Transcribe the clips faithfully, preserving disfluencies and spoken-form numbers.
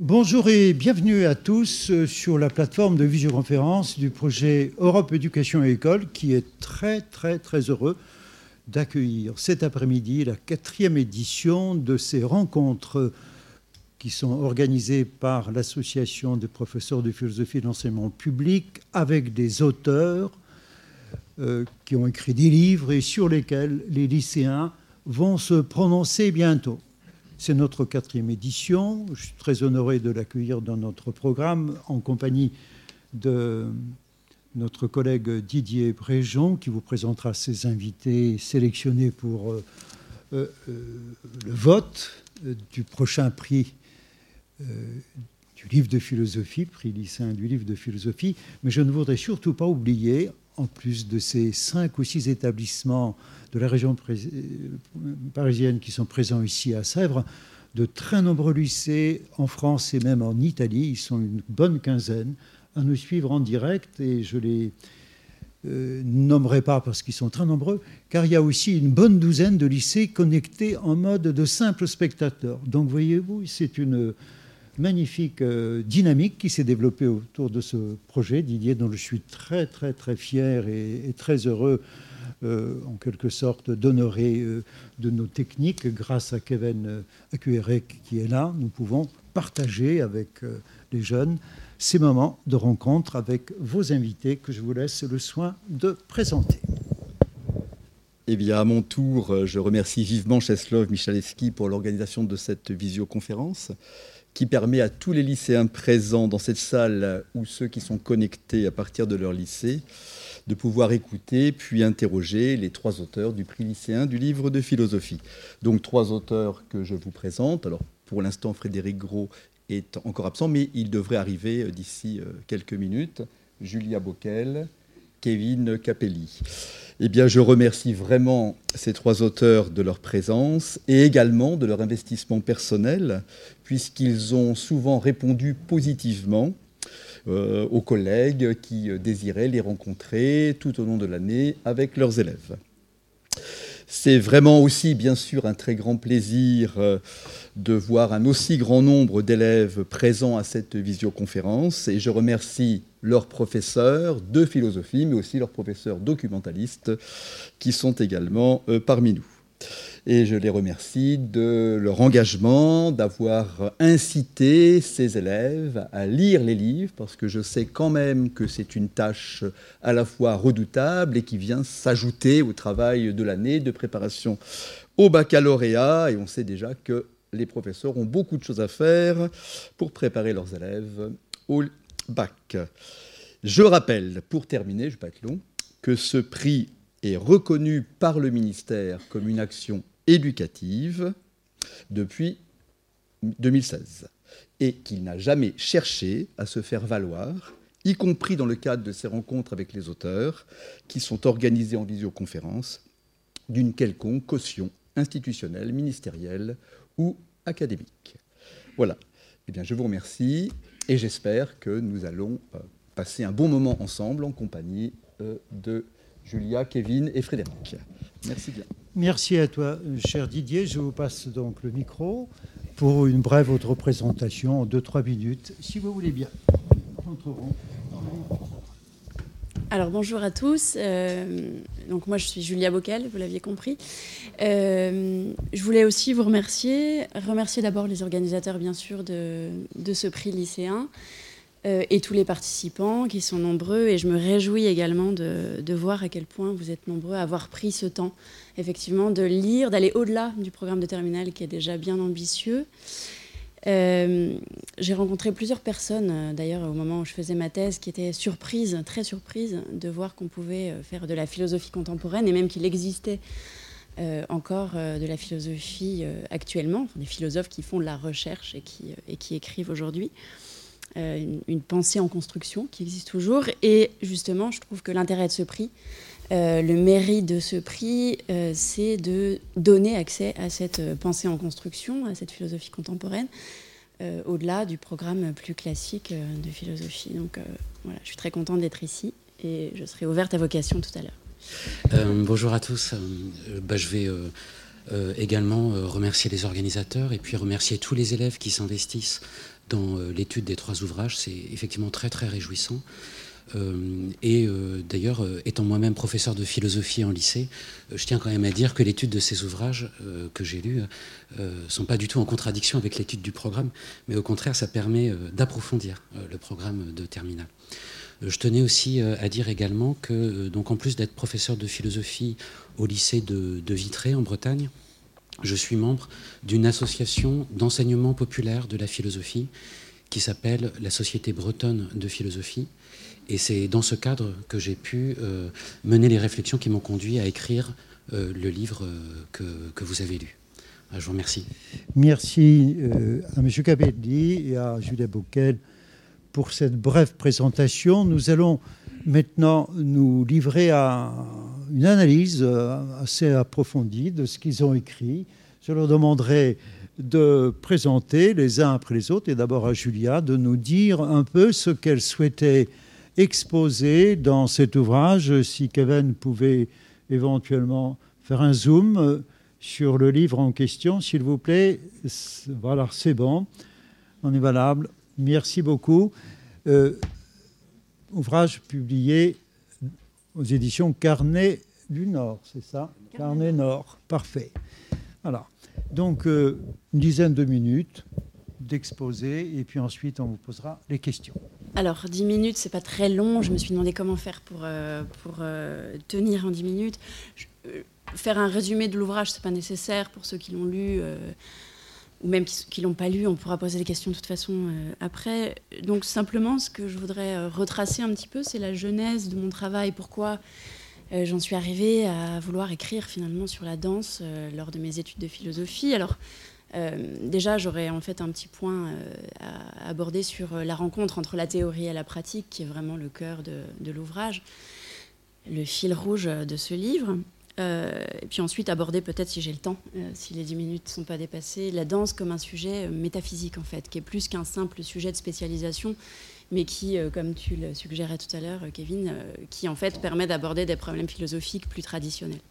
Bonjour et bienvenue à tous sur la plateforme de visioconférence du projet Europe Éducation et École, qui est très très très heureux d'accueillir cet après-midi la quatrième édition de ces rencontres qui sont organisées par l'Association des professeurs de philosophie de l'enseignement public avec des auteurs euh, qui ont écrit des livres et sur lesquels les lycéens vont se prononcer bientôt. C'est notre quatrième édition. Je suis très honoré de l'accueillir dans notre programme en compagnie de notre collègue Didier Bréjon, qui vous présentera ses invités sélectionnés pour euh, euh, le vote euh, du prochain prix euh, du livre de philosophie, prix lycéen du livre de philosophie. Mais je ne voudrais surtout pas oublier, en plus de ces cinq ou six établissements de la région parisienne qui sont présents ici à Sèvres, de très nombreux lycées en France et même en Italie. Ils sont une bonne quinzaine à nous suivre en direct, et je les euh, nommerai pas parce qu'ils sont très nombreux, car il y a aussi une bonne douzaine de lycées connectés en mode de simples spectateurs. Donc voyez-vous, c'est une magnifique euh, dynamique qui s'est développée autour de ce projet, Didier, dont je suis très très très fier et, et très heureux Euh, en quelque sorte d'honorer euh, de nos techniques. Grâce à Kevin euh, Akuerek qui est là, nous pouvons partager avec euh, les jeunes ces moments de rencontre avec vos invités que je vous laisse le soin de présenter. Eh bien, à mon tour, je remercie vivement Czeslaw Michalewski pour l'organisation de cette visioconférence qui permet à tous les lycéens présents dans cette salle ou ceux qui sont connectés à partir de leur lycée de pouvoir écouter puis interroger les trois auteurs du prix lycéen du livre de philosophie. Donc trois auteurs que je vous présente. Alors pour l'instant, Frédéric Gros est encore absent, mais il devrait arriver d'ici quelques minutes. Julia Bockel, Kevin Capelli. Eh bien, je remercie vraiment ces trois auteurs de leur présence et également de leur investissement personnel, puisqu'ils ont souvent répondu positivement Euh, aux collègues qui euh, désiraient les rencontrer tout au long de l'année avec leurs élèves. C'est vraiment aussi, bien sûr, un très grand plaisir euh, de voir un aussi grand nombre d'élèves présents à cette visioconférence, et je remercie leurs professeurs de philosophie, mais aussi leurs professeurs documentalistes qui sont également euh, parmi nous. Et je les remercie de leur engagement, d'avoir incité ces élèves à lire les livres, parce que je sais quand même que c'est une tâche à la fois redoutable et qui vient s'ajouter au travail de l'année de préparation au baccalauréat. Et on sait déjà que les professeurs ont beaucoup de choses à faire pour préparer leurs élèves au bac. Je rappelle, pour terminer, je ne vais pas être long, que ce prix est reconnu par le ministère comme une action éducative depuis deux mille seize et qu'il n'a jamais cherché à se faire valoir, y compris dans le cadre de ces rencontres avec les auteurs qui sont organisées en visioconférence, d'une quelconque caution institutionnelle, ministérielle ou académique. Voilà. Eh bien, je vous remercie et j'espère que nous allons euh, passer un bon moment ensemble en compagnie euh, de Julia, Kevin et Frédéric. Merci bien. Merci à toi, cher Didier. Je vous passe donc le micro pour une brève autre présentation en deux trois minutes, si vous voulez bien. Nous rentrerons dans le... Alors bonjour à tous. Euh, donc moi je suis Julia Bockel, vous l'aviez compris. Euh, je voulais aussi vous remercier, remercier d'abord les organisateurs bien sûr de, de ce prix lycéen. Euh, et tous les participants qui sont nombreux, et je me réjouis également de, de voir à quel point vous êtes nombreux à avoir pris ce temps, effectivement, de lire, d'aller au-delà du programme de terminale qui est déjà bien ambitieux. Euh, j'ai rencontré plusieurs personnes, d'ailleurs, au moment où je faisais ma thèse, qui étaient surprises, très surprises, de voir qu'on pouvait faire de la philosophie contemporaine, et même qu'il existait euh, encore euh, de la philosophie euh, actuellement, des philosophes qui font de la recherche et qui, et qui écrivent aujourd'hui. Euh, une, une pensée en construction qui existe toujours. Et justement, je trouve que l'intérêt de ce prix, euh, le mérite de ce prix, euh, c'est de donner accès à cette pensée en construction, à cette philosophie contemporaine, euh, au-delà du programme plus classique euh, de philosophie. Donc euh, voilà, je suis très contente d'être ici et je serai ouverte à vos questions tout à l'heure. Euh, bonjour à tous. Euh, bah, je vais euh, euh, également euh, remercier les organisateurs et puis remercier tous les élèves qui s'investissent dans l'étude des trois ouvrages. C'est effectivement très très réjouissant. Euh, et euh, d'ailleurs, euh, étant moi-même professeur de philosophie en lycée, euh, je tiens quand même à dire que l'étude de ces ouvrages euh, que j'ai lus ne euh, sont pas du tout en contradiction avec l'étude du programme, mais au contraire, ça permet euh, d'approfondir euh, le programme de terminale. Euh, je tenais aussi euh, à dire également que, euh, donc, en plus d'être professeur de philosophie au lycée de, de Vitré, en Bretagne, je suis membre d'une association d'enseignement populaire de la philosophie qui s'appelle la Société bretonne de philosophie. Et c'est dans ce cadre que j'ai pu euh, mener les réflexions qui m'ont conduit à écrire euh, le livre euh, que, que vous avez lu. Je vous remercie. Merci euh, à M. Capelli et à Julia Bockel pour cette brève présentation. Nous allons maintenant nous livrer à une analyse assez approfondie de ce qu'ils ont écrit. Je leur demanderai de présenter les uns après les autres, et d'abord à Julia, de nous dire un peu ce qu'elle souhaitait exposer dans cet ouvrage. Si Kevin pouvait éventuellement faire un zoom sur le livre en question, s'il vous plaît. Voilà, c'est bon, on est valable. Merci beaucoup. Euh, ouvrage publié aux éditions Carnet du Nord, c'est ça ? Carnet Nord, parfait. Voilà. Donc, euh, une dizaine de minutes d'exposé, et puis ensuite, on vous posera les questions. Alors, dix minutes, c'est pas très long. Je me suis demandé comment faire pour, euh, pour euh, tenir en dix minutes. Je, euh, faire un résumé de l'ouvrage, c'est pas nécessaire pour ceux qui l'ont lu, euh, ou même qui ne l'ont pas lu. On pourra poser des questions de toute façon euh, après. Donc, simplement, ce que je voudrais euh, retracer un petit peu, c'est la genèse de mon travail. Pourquoi euh, j'en suis arrivée à vouloir écrire finalement sur la danse euh, lors de mes études de philosophie. Alors, Euh, déjà, j'aurais en fait un petit point euh, à aborder sur euh, la rencontre entre la théorie et la pratique, qui est vraiment le cœur de, de l'ouvrage, le fil rouge de ce livre. Euh, et puis ensuite, aborder peut-être, si j'ai le temps, euh, si les dix minutes ne sont pas dépassées, la danse comme un sujet euh, métaphysique, en fait, qui est plus qu'un simple sujet de spécialisation, mais qui, euh, comme tu le suggérais tout à l'heure, Kevin, euh, qui en fait permet d'aborder des problèmes philosophiques plus traditionnels.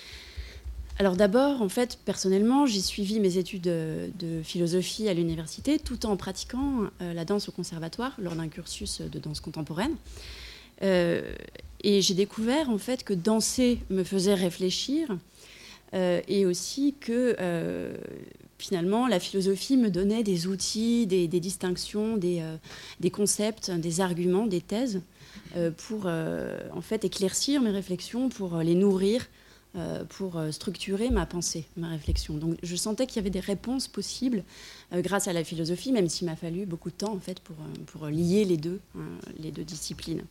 Alors d'abord, en fait, personnellement, j'ai suivi mes études de, de philosophie à l'université tout en pratiquant euh, la danse au conservatoire lors d'un cursus de danse contemporaine. Euh, et j'ai découvert en fait que danser me faisait réfléchir euh, et aussi que euh, finalement la philosophie me donnait des outils, des, des distinctions, des, euh, des concepts, des arguments, des thèses euh, pour euh, en fait éclaircir mes réflexions, pour les nourrir, Euh, pour structurer ma pensée, ma réflexion. Donc je sentais qu'il y avait des réponses possibles euh, grâce à la philosophie, même s'il m'a fallu beaucoup de temps en fait, pour, pour lier les deux, hein, les deux disciplines.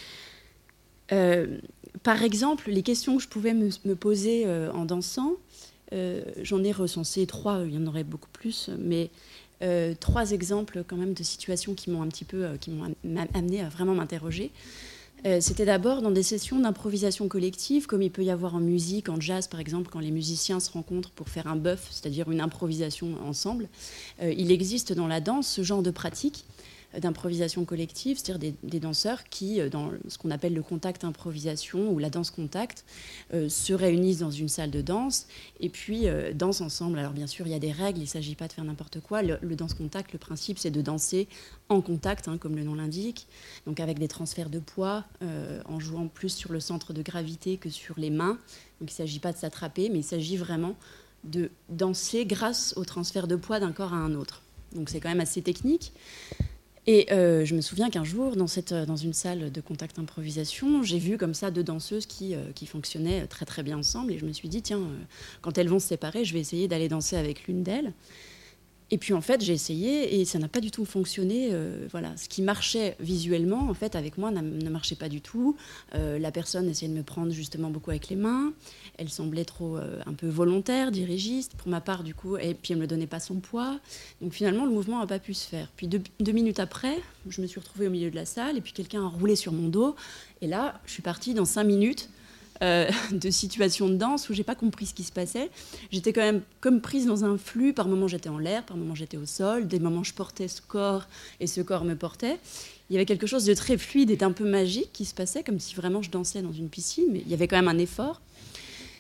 Euh, par exemple, les questions que je pouvais me, me poser euh, en dansant, euh, j'en ai recensé trois, il y en aurait beaucoup plus, mais euh, trois exemples quand même de situations qui m'ont un petit peu, euh, qui m'ont amené à vraiment m'interroger. Euh, c'était d'abord dans des sessions d'improvisation collective, comme il peut y avoir en musique, en jazz par exemple, quand les musiciens se rencontrent pour faire un bœuf, c'est-à-dire une improvisation ensemble. Euh, il existe dans la danse ce genre de pratique euh, d'improvisation collective, c'est-à-dire des, des danseurs qui, euh, dans ce qu'on appelle le contact improvisation ou la danse contact, euh, se réunissent dans une salle de danse et puis euh, dansent ensemble. Alors bien sûr, il y a des règles, il ne s'agit pas de faire n'importe quoi. Le, le danse contact, le principe, c'est de danser en contact, hein, comme le nom l'indique, donc avec des transferts de poids, euh, en jouant plus sur le centre de gravité que sur les mains. Donc il ne s'agit pas de s'attraper, mais il s'agit vraiment de danser grâce au transfert de poids d'un corps à un autre. Donc c'est quand même assez technique. Et euh, je me souviens qu'un jour, dans, cette, dans une salle de contact improvisation, j'ai vu comme ça deux danseuses qui, euh, qui fonctionnaient très très bien ensemble, et je me suis dit, tiens, euh, quand elles vont se séparer, je vais essayer d'aller danser avec l'une d'elles. Et puis en fait, j'ai essayé et ça n'a pas du tout fonctionné. Euh, voilà, ce qui marchait visuellement, en fait, avec moi, ne marchait pas du tout. Euh, la personne essayait de me prendre justement beaucoup avec les mains. Elle semblait trop euh, un peu volontaire, dirigiste pour ma part du coup. Et puis elle me donnait pas son poids. Donc finalement, le mouvement n'a pas pu se faire. Puis deux, deux minutes après, je me suis retrouvée au milieu de la salle et puis quelqu'un a roulé sur mon dos. Et là, je suis partie dans cinq minutes. Euh, de situations de danse où j'ai pas compris ce qui se passait. J'étais quand même comme prise dans un flux. Par moments j'étais en l'air, par moments j'étais au sol, des moments je portais ce corps et ce corps me portait. Il y avait quelque chose de très fluide et d'un peu magique qui se passait, comme si vraiment je dansais dans une piscine, mais il y avait quand même un effort.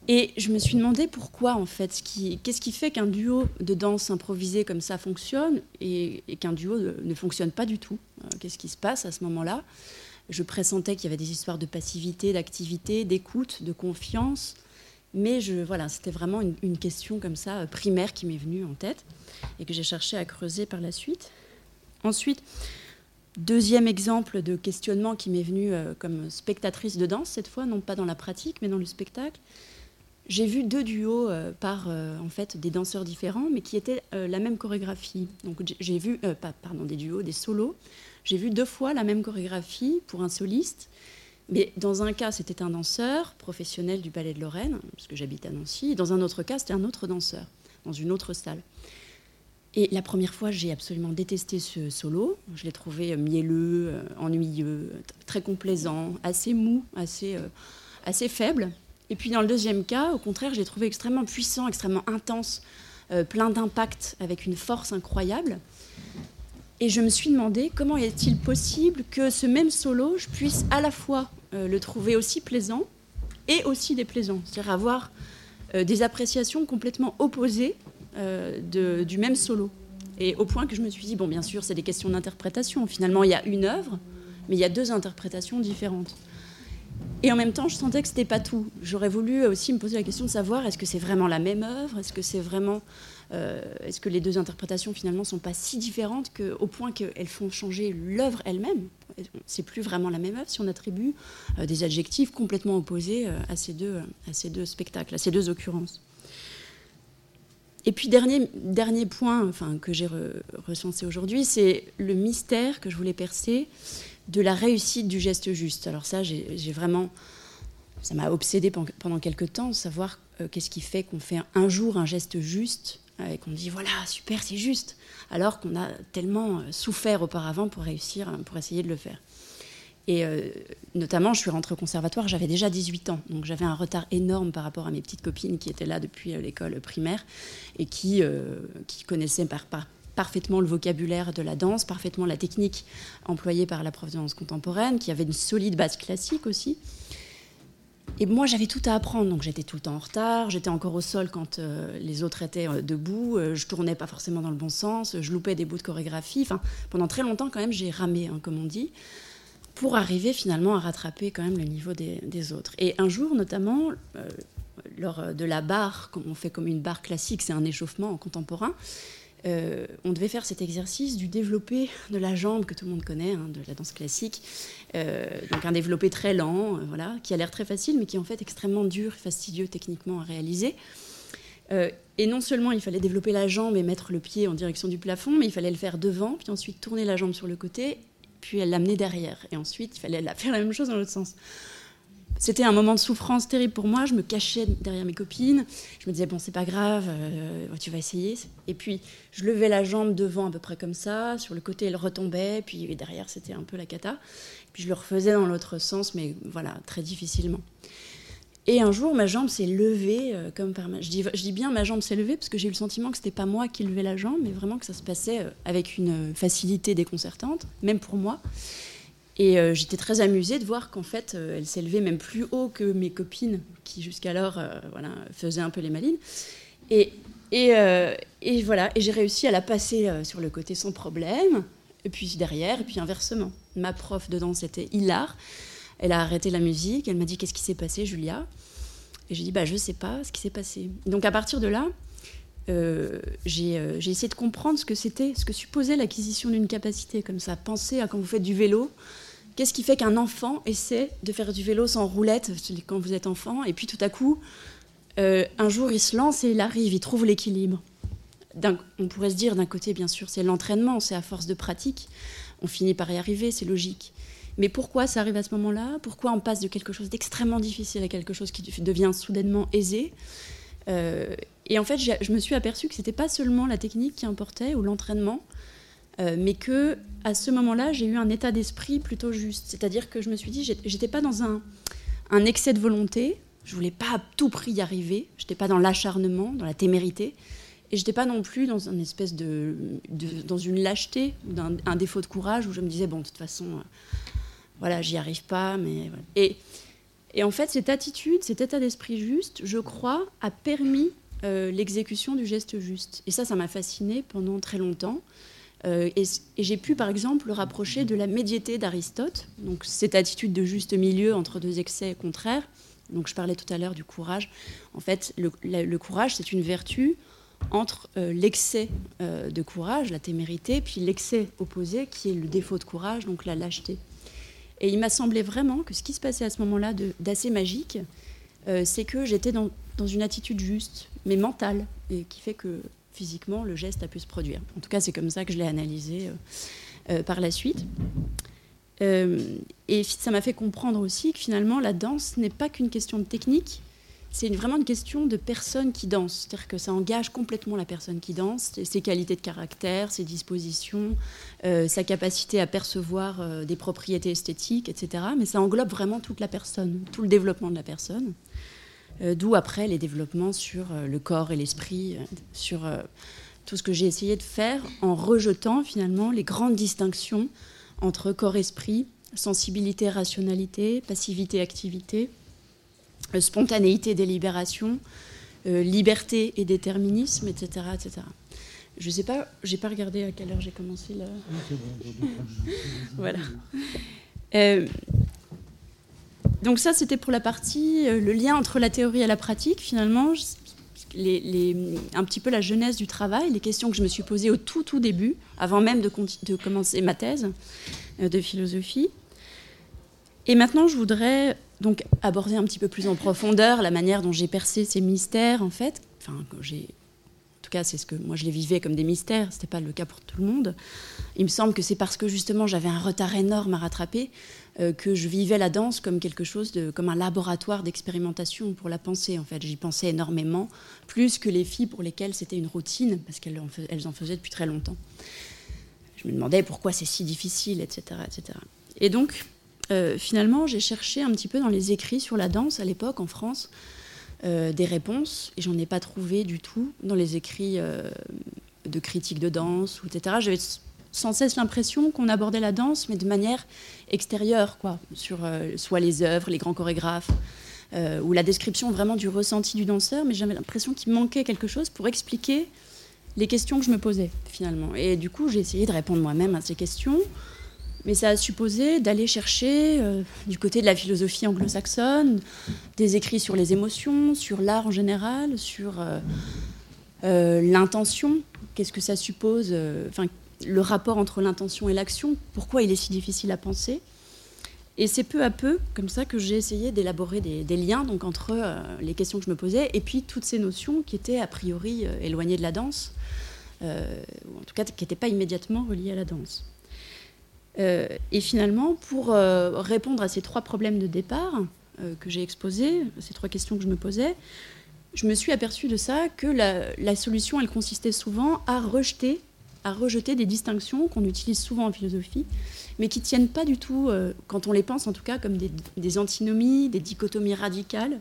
Et je me suis demandé pourquoi, en fait, ce qui, qu'est-ce qui fait qu'un duo de danse improvisée comme ça fonctionne et, et qu'un duo de, ne fonctionne pas du tout. Euh, qu'est-ce qui se passe à ce moment-là? Je pressentais qu'il y avait des histoires de passivité, d'activité, d'écoute, de confiance. Mais je, voilà, c'était vraiment une, une question comme ça, primaire, qui m'est venue en tête et que j'ai cherché à creuser par la suite. Ensuite, deuxième exemple de questionnement qui m'est venu euh, comme spectatrice de danse, cette fois, non pas dans la pratique, mais dans le spectacle. J'ai vu deux duos euh, par euh, en fait, des danseurs différents, mais qui étaient euh, la même chorégraphie. Donc j'ai vu, euh, pas, pardon, des duos, des solos. J'ai vu deux fois la même chorégraphie pour un soliste. Mais dans un cas, c'était un danseur professionnel du Ballet de Lorraine, parce que j'habite à Nancy. Et dans un autre cas, c'était un autre danseur, dans une autre salle. Et la première fois, j'ai absolument détesté ce solo. Je l'ai trouvé mielleux, euh, ennuyeux, très complaisant, assez mou, assez, euh, assez faible. Et puis dans le deuxième cas, au contraire, je l'ai trouvé extrêmement puissant, extrêmement intense, euh, plein d'impact, avec une force incroyable. Et je me suis demandé comment est-il possible que ce même solo, je puisse à la fois euh, le trouver aussi plaisant et aussi déplaisant. C'est-à-dire avoir euh, des appréciations complètement opposées euh, de, du même solo. Et au point que je me suis dit, bon, bien sûr, c'est des questions d'interprétation. Finalement, il y a une œuvre, mais il y a deux interprétations différentes. Et en même temps, je sentais que ce n'était pas tout. J'aurais voulu aussi me poser la question de savoir, est-ce que c'est vraiment la même œuvre? Est-ce que c'est vraiment... Euh, est-ce que les deux interprétations, finalement, ne sont pas si différentes qu'au point qu'elles font changer l'œuvre elle-même? C'est plus vraiment la même œuvre si on attribue euh, des adjectifs complètement opposés euh, à, ces deux, à ces deux spectacles, à ces deux occurrences. Et puis, dernier, dernier point enfin, que j'ai re, recensé aujourd'hui, c'est le mystère que je voulais percer de la réussite du geste juste. Alors ça, j'ai, j'ai vraiment... Ça m'a obsédée pendant quelques temps, savoir euh, qu'est-ce qui fait qu'on fait un jour un geste juste et qu'on dit, voilà, super, c'est juste, alors qu'on a tellement souffert auparavant pour réussir, pour essayer de le faire. Et euh, notamment, je suis rentrée au conservatoire, j'avais déjà dix-huit ans, donc j'avais un retard énorme par rapport à mes petites copines qui étaient là depuis euh, l'école primaire et qui, euh, qui connaissaient par, par, parfaitement le vocabulaire de la danse, parfaitement la technique employée par la prof de danse contemporaine, qui avait une solide base classique aussi. Et moi, j'avais tout à apprendre, donc j'étais tout le temps en retard, j'étais encore au sol quand euh, les autres étaient euh, debout, euh, je tournais pas forcément dans le bon sens, je loupais des bouts de chorégraphie. Enfin, pendant très longtemps, quand même, j'ai ramé, hein, comme on dit, pour arriver finalement à rattraper quand même le niveau des, des autres. Et un jour, notamment, euh, lors de la barre, comme on fait comme une barre classique, c'est un échauffement en contemporain, Euh, on devait faire cet exercice du développé de la jambe que tout le monde connaît, hein, de la danse classique. Euh, donc un développé très lent, euh, voilà, qui a l'air très facile, mais qui est en fait extrêmement dur et fastidieux techniquement à réaliser. Euh, et non seulement il fallait développer la jambe et mettre le pied en direction du plafond, mais il fallait le faire devant, puis ensuite tourner la jambe sur le côté, puis l'amener derrière. Et ensuite, il fallait la faire la même chose dans l'autre sens. C'était un moment de souffrance terrible pour moi. Je me cachais derrière mes copines. Je me disais, bon, c'est pas grave, euh, tu vas essayer. Et puis, je levais la jambe devant à peu près comme ça. Sur le côté, elle retombait. Puis derrière, c'était un peu la cata. Puis je le refaisais dans l'autre sens, mais voilà, très difficilement. Et un jour, ma jambe s'est levée. Euh, comme par ma... je, dis, je dis bien ma jambe s'est levée parce que j'ai eu le sentiment que c'était pas moi qui levais la jambe, mais vraiment que ça se passait euh, avec une facilité déconcertante, même pour moi. Et euh, j'étais très amusée de voir qu'en fait, euh, elle s'élevait même plus haut que mes copines, qui jusqu'alors euh, voilà, faisaient un peu les malines. Et, et, euh, et voilà, et j'ai réussi à la passer euh, sur le côté sans problème, et puis derrière, et puis inversement. Ma prof de danse était hilar. Elle a arrêté la musique, elle m'a dit « Qu'est-ce qui s'est passé, Julia ?» Et j'ai dit bah, « Je ne sais pas ce qui s'est passé. » Donc à partir de là, euh, j'ai, euh, j'ai essayé de comprendre ce que c'était, ce que supposait l'acquisition d'une capacité comme ça. Pensez à quand vous faites du vélo. Qu'est-ce qui fait qu'un enfant essaie de faire du vélo sans roulette quand vous êtes enfant, et puis tout à coup, euh, un jour, il se lance et il arrive, il trouve l'équilibre. D'un, on pourrait se dire, d'un côté, bien sûr, c'est l'entraînement, c'est à force de pratique. On finit par y arriver, c'est logique. Mais pourquoi ça arrive à ce moment-là ? Pourquoi on passe de quelque chose d'extrêmement difficile à quelque chose qui devient soudainement aisé ? euh, Et en fait, je me suis aperçue que ce n'était pas seulement la technique qui importait, ou l'entraînement, Euh, mais que à ce moment-là, j'ai eu un état d'esprit plutôt juste. C'est-à-dire que je me suis dit, j'étais pas dans un, un excès de volonté, je voulais pas à tout prix y arriver, j'étais pas dans l'acharnement, dans la témérité, et j'étais pas non plus dans une espèce de, de dans une lâcheté, d'un un défaut de courage où je me disais bon, de toute façon, euh, voilà, j'y arrive pas, mais voilà. Et Et en fait, cette attitude, cet état d'esprit juste, je crois, a permis euh, l'exécution du geste juste. Et ça, ça m'a fascinée pendant très longtemps. Euh, et, et j'ai pu, par exemple, le rapprocher de la médiété d'Aristote, donc cette attitude de juste milieu entre deux excès contraires. Donc je parlais tout à l'heure du courage. En fait, le, la, le courage, c'est une vertu entre euh, l'excès euh, de courage, la témérité, puis l'excès opposé, qui est le défaut de courage, donc la lâcheté. Et il m'a semblé vraiment que ce qui se passait à ce moment-là de, d'assez magique, euh, c'est que j'étais dans, dans une attitude juste, mais mentale, et qui fait que physiquement, le geste a pu se produire. En tout cas, c'est comme ça que je l'ai analysé euh, euh, par la suite. Euh, et ça m'a fait comprendre aussi que finalement, la danse n'est pas qu'une question de technique, c'est une, vraiment une question de personne qui danse. C'est-à-dire que ça engage complètement la personne qui danse, ses qualités de caractère, ses dispositions, euh, sa capacité à percevoir euh, des propriétés esthétiques, et cetera. Mais ça englobe vraiment toute la personne, tout le développement de la personne. Euh, d'où après les développements sur euh, le corps et l'esprit, euh, sur euh, tout ce que j'ai essayé de faire en rejetant finalement les grandes distinctions entre corps-esprit, sensibilité, rationalité, passivité, activité, euh, spontanéité, délibération, euh, liberté et déterminisme, et cetera, et cetera. Je sais pas, j'ai pas regardé à quelle heure j'ai commencé là. Voilà. Euh, donc ça, c'était pour la partie, euh, le lien entre la théorie et la pratique, finalement, les, les, un petit peu la genèse du travail, les questions que je me suis posées au tout, tout début, avant même de, de commencer ma thèse euh, de philosophie. Et maintenant, je voudrais donc aborder un petit peu plus en profondeur la manière dont j'ai percé ces mystères, en fait. Enfin, j'ai... En tout cas, c'est ce que moi je les vivais comme des mystères, c'était pas le cas pour tout le monde. Il me semble que c'est parce que justement j'avais un retard énorme à rattraper euh, que je vivais la danse comme quelque chose de, comme un laboratoire d'expérimentation pour la pensée. En fait, j'y pensais énormément, plus que les filles pour lesquelles c'était une routine, parce qu'elles en, fais, elles en faisaient depuis très longtemps. Je me demandais pourquoi c'est si difficile, et cetera, et cetera. Et donc, euh, finalement, j'ai cherché un petit peu dans les écrits sur la danse à l'époque en France. Euh, des réponses, et j'en ai pas trouvé du tout dans les écrits euh, de critiques de danse, et cetera. J'avais sans cesse l'impression qu'on abordait la danse, mais de manière extérieure, quoi, sur euh, soit les œuvres, les grands chorégraphes, euh, ou la description vraiment du ressenti du danseur, mais j'avais l'impression qu'il manquait quelque chose pour expliquer les questions que je me posais, finalement. Et du coup, j'ai essayé de répondre moi-même à ces questions, mais ça a supposé d'aller chercher euh, du côté de la philosophie anglo-saxonne, des écrits sur les émotions, sur l'art en général, sur euh, euh, l'intention, qu'est-ce que ça suppose, enfin, euh, le rapport entre l'intention et l'action, pourquoi il est si difficile à penser. Et c'est peu à peu, comme ça, que j'ai essayé d'élaborer des, des liens donc, entre euh, les questions que je me posais et puis toutes ces notions qui étaient a priori euh, éloignées de la danse, euh, ou en tout cas qui n'étaient pas immédiatement reliées à la danse. Euh, et finalement, pour euh, répondre à ces trois problèmes de départ euh, que j'ai exposés, ces trois questions que je me posais, je me suis aperçue de ça, que la, la solution, elle consistait souvent à rejeter, à rejeter des distinctions qu'on utilise souvent en philosophie, mais qui ne tiennent pas du tout, euh, quand on les pense en tout cas, comme des, des antinomies, des dichotomies radicales.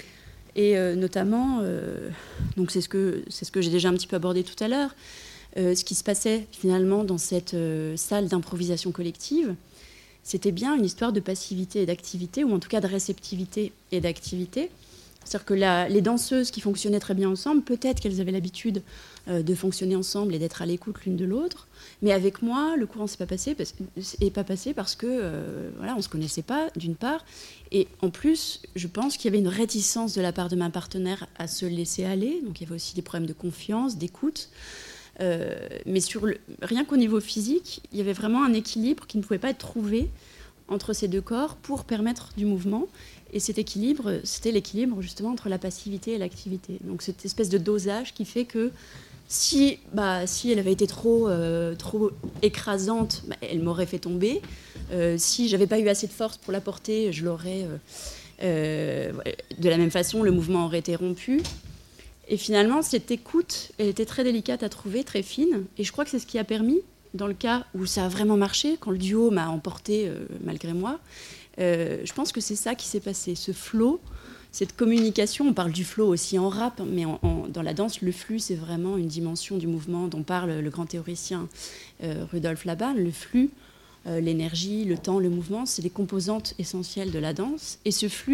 Et euh, notamment, euh, donc c'est ce que, c'est ce que j'ai déjà un petit peu abordé tout à l'heure, Euh, ce qui se passait finalement dans cette euh, salle d'improvisation collective, c'était bien une histoire de passivité et d'activité, ou en tout cas de réceptivité et d'activité. C'est-à-dire que la, les danseuses qui fonctionnaient très bien ensemble, peut-être qu'elles avaient l'habitude euh, de fonctionner ensemble et d'être à l'écoute l'une de l'autre, mais avec moi, le courant ne s'est pas passé parce, est pas passé parce que euh, voilà, on ne se connaissait pas, d'une part, et en plus, je pense qu'il y avait une réticence de la part de ma partenaire à se laisser aller, donc il y avait aussi des problèmes de confiance, d'écoute. Euh, mais sur le, rien qu'au niveau physique, il y avait vraiment un équilibre qui ne pouvait pas être trouvé entre ces deux corps pour permettre du mouvement. Et cet équilibre, c'était l'équilibre justement entre la passivité et l'activité. Donc cette espèce de dosage qui fait que si, bah, si elle avait été trop, euh, trop écrasante, bah, elle m'aurait fait tomber. Euh, si j'avais pas eu assez de force pour la porter, je l'aurais... Euh, euh, de la même façon, le mouvement aurait été rompu. Et finalement, cette écoute, elle était très délicate à trouver, très fine. Et je crois que c'est ce qui a permis, dans le cas où ça a vraiment marché, quand le duo m'a emporté euh, malgré moi, euh, je pense que c'est ça qui s'est passé. Ce flow, cette communication, on parle du flow aussi en rap, mais en, en, dans la danse, le flux, c'est vraiment une dimension du mouvement dont parle le grand théoricien euh, Rudolf Laban. Le flux, euh, l'énergie, le temps, le mouvement, c'est des composantes essentielles de la danse. Et ce flux,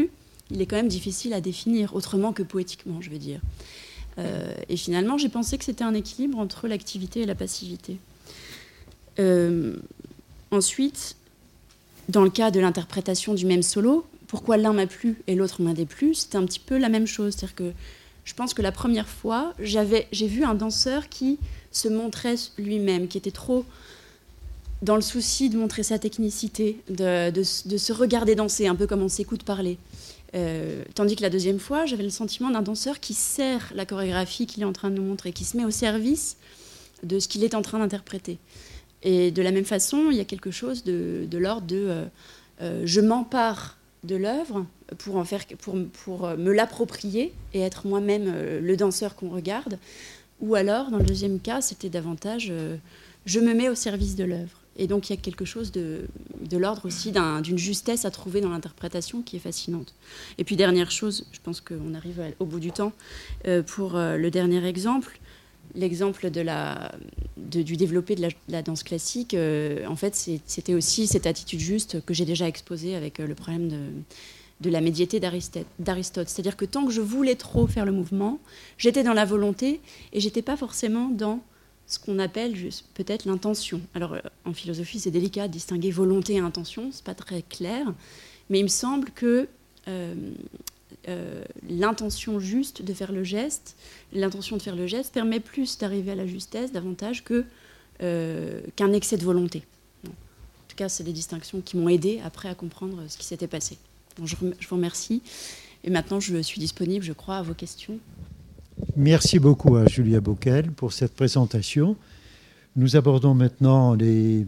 il est quand même difficile à définir, autrement que poétiquement, je veux dire. Euh, et finalement, j'ai pensé que c'était un équilibre entre l'activité et la passivité. Euh, ensuite, dans le cas de l'interprétation du même solo, pourquoi l'un m'a plu et l'autre m'a déplu, c'était un petit peu la même chose. C'est-à-dire que je pense que la première fois, j'avais, j'ai vu un danseur qui se montrait lui-même, qui était trop dans le souci de montrer sa technicité, de, de, de se regarder danser, un peu comme on s'écoute parler. Euh, tandis que la deuxième fois, j'avais le sentiment d'un danseur qui sert la chorégraphie qu'il est en train de nous montrer, qui se met au service de ce qu'il est en train d'interpréter. Et de la même façon, il y a quelque chose de, de l'ordre de euh, euh, je m'empare de l'œuvre pour, en faire, pour, pour me l'approprier et être moi-même euh, le danseur qu'on regarde. Ou alors, dans le deuxième cas, c'était davantage euh, je me mets au service de l'œuvre. Et donc, il y a quelque chose de, de l'ordre aussi d'un, d'une justesse à trouver dans l'interprétation qui est fascinante. Et puis, dernière chose, je pense qu'on arrive au bout du temps, euh, pour euh, le dernier exemple, l'exemple de la, de, du développé de la, de la danse classique, euh, en fait, c'est, c'était aussi cette attitude juste que j'ai déjà exposée avec euh, le problème de, de la médiété d'Aristote. d'Aristote. C'est-à-dire que tant que je voulais trop faire le mouvement, j'étais dans la volonté et j'étais pas forcément dans ce qu'on appelle juste, peut-être l'intention. Alors, en philosophie, c'est délicat de distinguer volonté et intention, c'est pas très clair, mais il me semble que euh, euh, l'intention juste de faire le geste, l'intention de faire le geste permet plus d'arriver à la justesse davantage que, euh, qu'un excès de volonté. Bon. En tout cas, c'est des distinctions qui m'ont aidé après à comprendre ce qui s'était passé. Bon, je, je vous remercie. Et maintenant, je suis disponible, je crois, à vos questions. Merci beaucoup à Julia Bockel pour cette présentation. Nous abordons maintenant les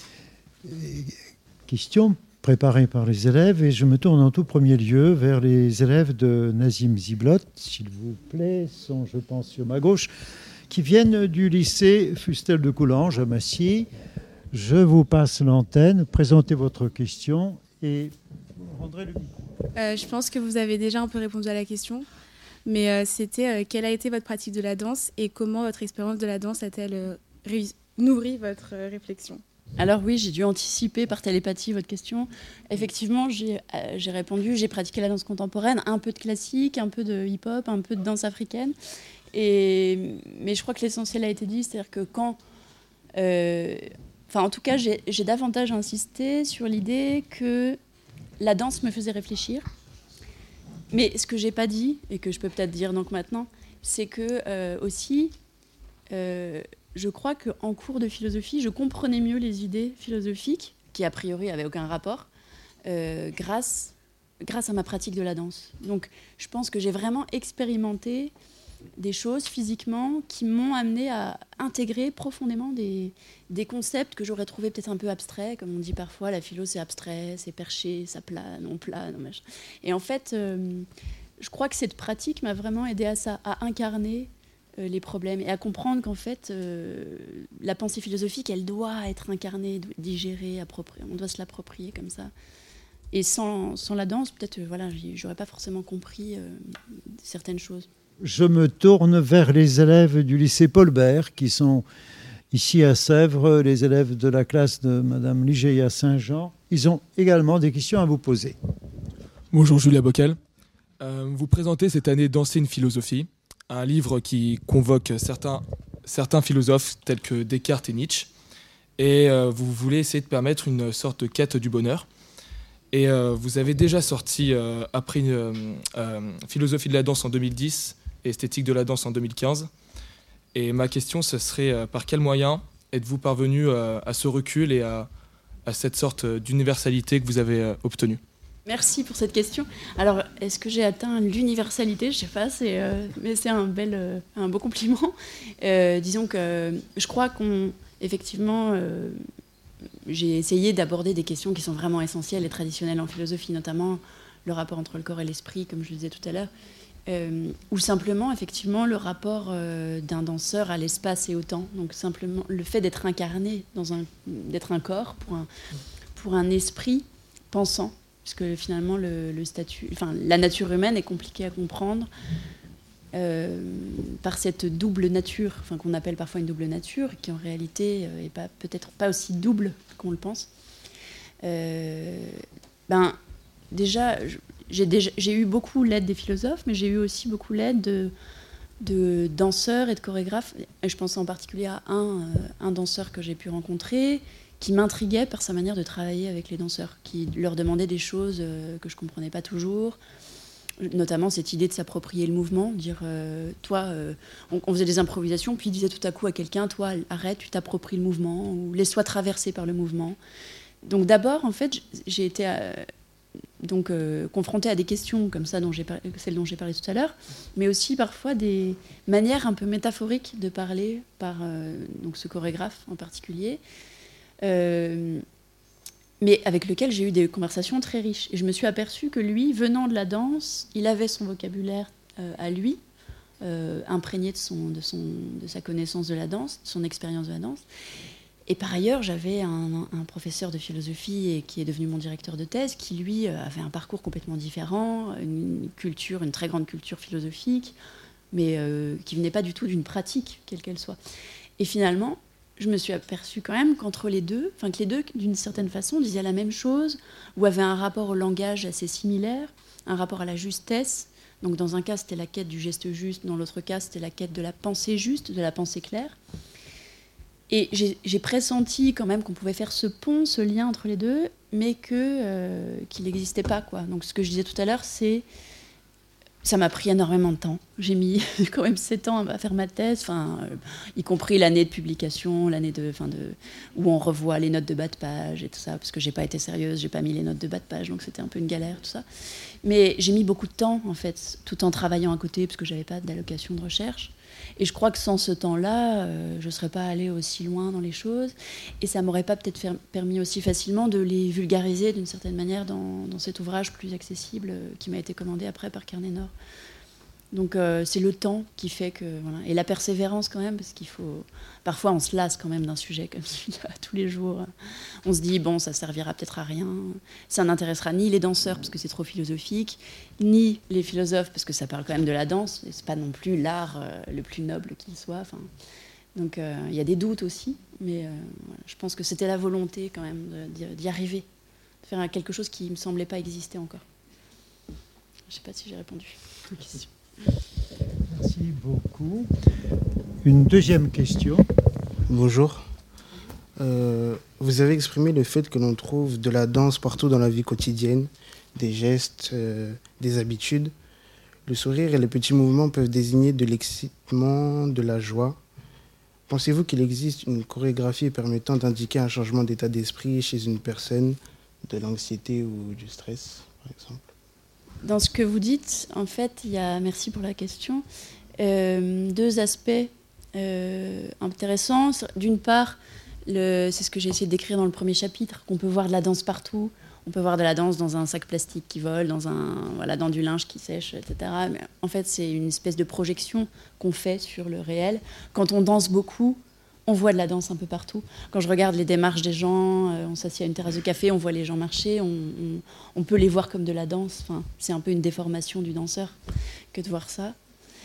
questions préparées par les élèves et je me tourne en tout premier lieu vers les élèves de Nazim Ziblot, s'il vous plaît, sont, je pense, sur ma gauche, qui viennent du lycée Fustel de Coulanges à Massy. Je vous passe l'antenne, présentez votre question et vous rendrez le micro. Euh, je pense que vous avez déjà un peu répondu à la question. Mais euh, c'était euh, quelle a été votre pratique de la danse et comment votre expérience de la danse a-t-elle euh, réussi, nourri votre euh, réflexion ? Alors oui, j'ai dû anticiper par télépathie votre question. Effectivement, j'ai, euh, j'ai répondu, j'ai pratiqué la danse contemporaine, un peu de classique, un peu de hip-hop, un peu de danse africaine. Et, mais je crois que l'essentiel a été dit, c'est-à-dire que quand... Euh, enfin, en tout cas, j'ai, j'ai davantage insisté sur l'idée que la danse me faisait réfléchir. Mais ce que j'ai pas dit, et que je peux peut-être dire donc maintenant, c'est que euh, aussi, euh, je crois qu'en cours de philosophie, je comprenais mieux les idées philosophiques, qui a priori n'avaient aucun rapport, euh, grâce, grâce à ma pratique de la danse. Donc je pense que j'ai vraiment expérimenté des choses physiquement qui m'ont amené à intégrer profondément des, des concepts que j'aurais trouvés peut-être un peu abstraits, comme on dit parfois, la philo c'est abstrait, c'est perché, ça plane, on plane, machin. Et en fait, euh, je crois que cette pratique m'a vraiment aidé à ça, à incarner euh, les problèmes et à comprendre qu'en fait, euh, la pensée philosophique, elle doit être incarnée, digérée, appropriée, on doit se l'approprier comme ça. Et sans, sans la danse, peut-être, euh, voilà, j'aurais pas forcément compris euh, certaines choses. Je me tourne vers les élèves du lycée Paul Bert, qui sont ici à Sèvres, les élèves de la classe de Mme Ligéa Saint-Jean. Ils ont également des questions à vous poser. Bonjour Julia Bockel. Euh, vous présentez cette année Danser une philosophie, un livre qui convoque certains, certains philosophes tels que Descartes et Nietzsche. Et euh, vous voulez essayer de permettre une sorte de quête du bonheur. Et euh, vous avez déjà sorti, euh, après une euh, euh, philosophie de la danse en deux mille dix, et esthétique de la danse en deux mille quinze. Et ma question, ce serait euh, par quel moyen êtes-vous parvenu euh, à ce recul et à, à cette sorte d'universalité que vous avez euh, obtenue ? Merci pour cette question. Alors, est-ce que j'ai atteint l'universalité ? Je ne sais pas, c'est, euh, mais c'est un, bel, euh, un beau compliment. Euh, disons que euh, je crois qu'on, effectivement, euh, j'ai essayé d'aborder des questions qui sont vraiment essentielles et traditionnelles en philosophie, notamment le rapport entre le corps et l'esprit, comme je le disais tout à l'heure. Euh, ou simplement, effectivement, le rapport euh, d'un danseur à l'espace et au temps. Donc, simplement, le fait d'être incarné, dans un, d'être un corps pour un, pour un esprit pensant, puisque finalement, le, le statut, enfin, la nature humaine est compliquée à comprendre euh, par cette double nature, enfin, qu'on appelle parfois une double nature, qui en réalité n'est pas, peut-être pas aussi double qu'on le pense. Euh, ben, déjà... Je, j'ai, déjà, j'ai eu beaucoup l'aide des philosophes, mais j'ai eu aussi beaucoup l'aide de, de danseurs et de chorégraphes. Et je pense en particulier à un, euh, un danseur que j'ai pu rencontrer, qui m'intriguait par sa manière de travailler avec les danseurs, qui leur demandait des choses euh, que je ne comprenais pas toujours, notamment cette idée de s'approprier le mouvement, dire euh, toi, euh, on, on faisait des improvisations, puis il disait tout à coup à quelqu'un, toi, arrête, tu t'appropries le mouvement, ou laisse-toi traverser par le mouvement. Donc d'abord, en fait, j'ai été euh, donc euh, confrontée à des questions comme ça, dont j'ai par... celles dont j'ai parlé tout à l'heure, mais aussi parfois des manières un peu métaphoriques de parler par euh, donc ce chorégraphe en particulier. Euh, mais avec lequel j'ai eu des conversations très riches. Et je me suis aperçue que lui, venant de la danse, il avait son vocabulaire euh, à lui, euh, imprégné de, son, de, son, de sa connaissance de la danse, de son expérience de la danse. Et par ailleurs, j'avais un, un professeur de philosophie et qui est devenu mon directeur de thèse, qui lui avait un parcours complètement différent, une culture, une très grande culture philosophique, mais euh, qui venait pas du tout d'une pratique, quelle qu'elle soit. Et finalement, je me suis aperçue quand même qu'entre les deux, enfin que les deux, d'une certaine façon, disaient la même chose, ou avaient un rapport au langage assez similaire, un rapport à la justesse. Donc dans un cas, c'était la quête du geste juste, dans l'autre cas, c'était la quête de la pensée juste, de la pensée claire. Et j'ai, j'ai pressenti quand même qu'on pouvait faire ce pont, ce lien entre les deux, mais que, euh, qu'il n'existait pas, quoi. Donc ce que je disais tout à l'heure, c'est... Ça m'a pris énormément de temps. J'ai mis quand même sept ans à faire ma thèse, enfin, euh, y compris l'année de publication, l'année de, enfin de, où on revoit les notes de bas de page et tout ça, parce que j'ai pas été sérieuse, j'ai pas mis les notes de bas de page, donc c'était un peu une galère, tout ça. Mais j'ai mis beaucoup de temps, en fait, tout en travaillant à côté, parce que j'avais pas d'allocation de recherche. Et je crois que sans ce temps-là, euh, je ne serais pas allée aussi loin dans les choses. Et ça ne m'aurait pas peut-être faire, permis aussi facilement de les vulgariser d'une certaine manière dans, dans cet ouvrage plus accessible euh, qui m'a été commandé après par Carnet Nord. Donc euh, c'est le temps qui fait que... Voilà. Et la persévérance quand même, parce qu'il faut... Parfois on se lasse quand même d'un sujet comme celui-là tous les jours. On se dit, bon, ça servira peut-être à rien. Ça n'intéressera ni les danseurs parce que c'est trop philosophique, ni les philosophes parce que ça parle quand même de la danse. Et c'est pas non plus l'art euh, le plus noble qu'il soit. Enfin, donc il euh, y a des doutes aussi. Mais euh, voilà, je pense que c'était la volonté quand même de, d'y arriver. De faire quelque chose qui ne me semblait pas exister encore. Je ne sais pas si j'ai répondu à la question. Merci beaucoup. Une deuxième question. Bonjour. Euh, vous avez exprimé le fait que l'on trouve de la danse partout dans la vie quotidienne, des gestes, euh, des habitudes. Le sourire et les petits mouvements peuvent désigner de l'excitement, de la joie. Pensez-vous qu'il existe une chorégraphie permettant d'indiquer un changement d'état d'esprit chez une personne, de l'anxiété ou du stress, par exemple ? Dans ce que vous dites, en fait, il y a, merci pour la question, euh, deux aspects euh, intéressants. D'une part, le, c'est ce que j'ai essayé de décrire dans le premier chapitre, qu'on peut voir de la danse partout. On peut voir de la danse dans un sac plastique qui vole, dans, un, voilà, dans du linge qui sèche, et cetera. Mais en fait, c'est une espèce de projection qu'on fait sur le réel. Quand on danse beaucoup, on voit de la danse un peu partout. Quand je regarde les démarches des gens, euh, on s'assied à une terrasse de café, on voit les gens marcher, on, on, on peut les voir comme de la danse. Enfin, c'est un peu une déformation du danseur que de voir ça.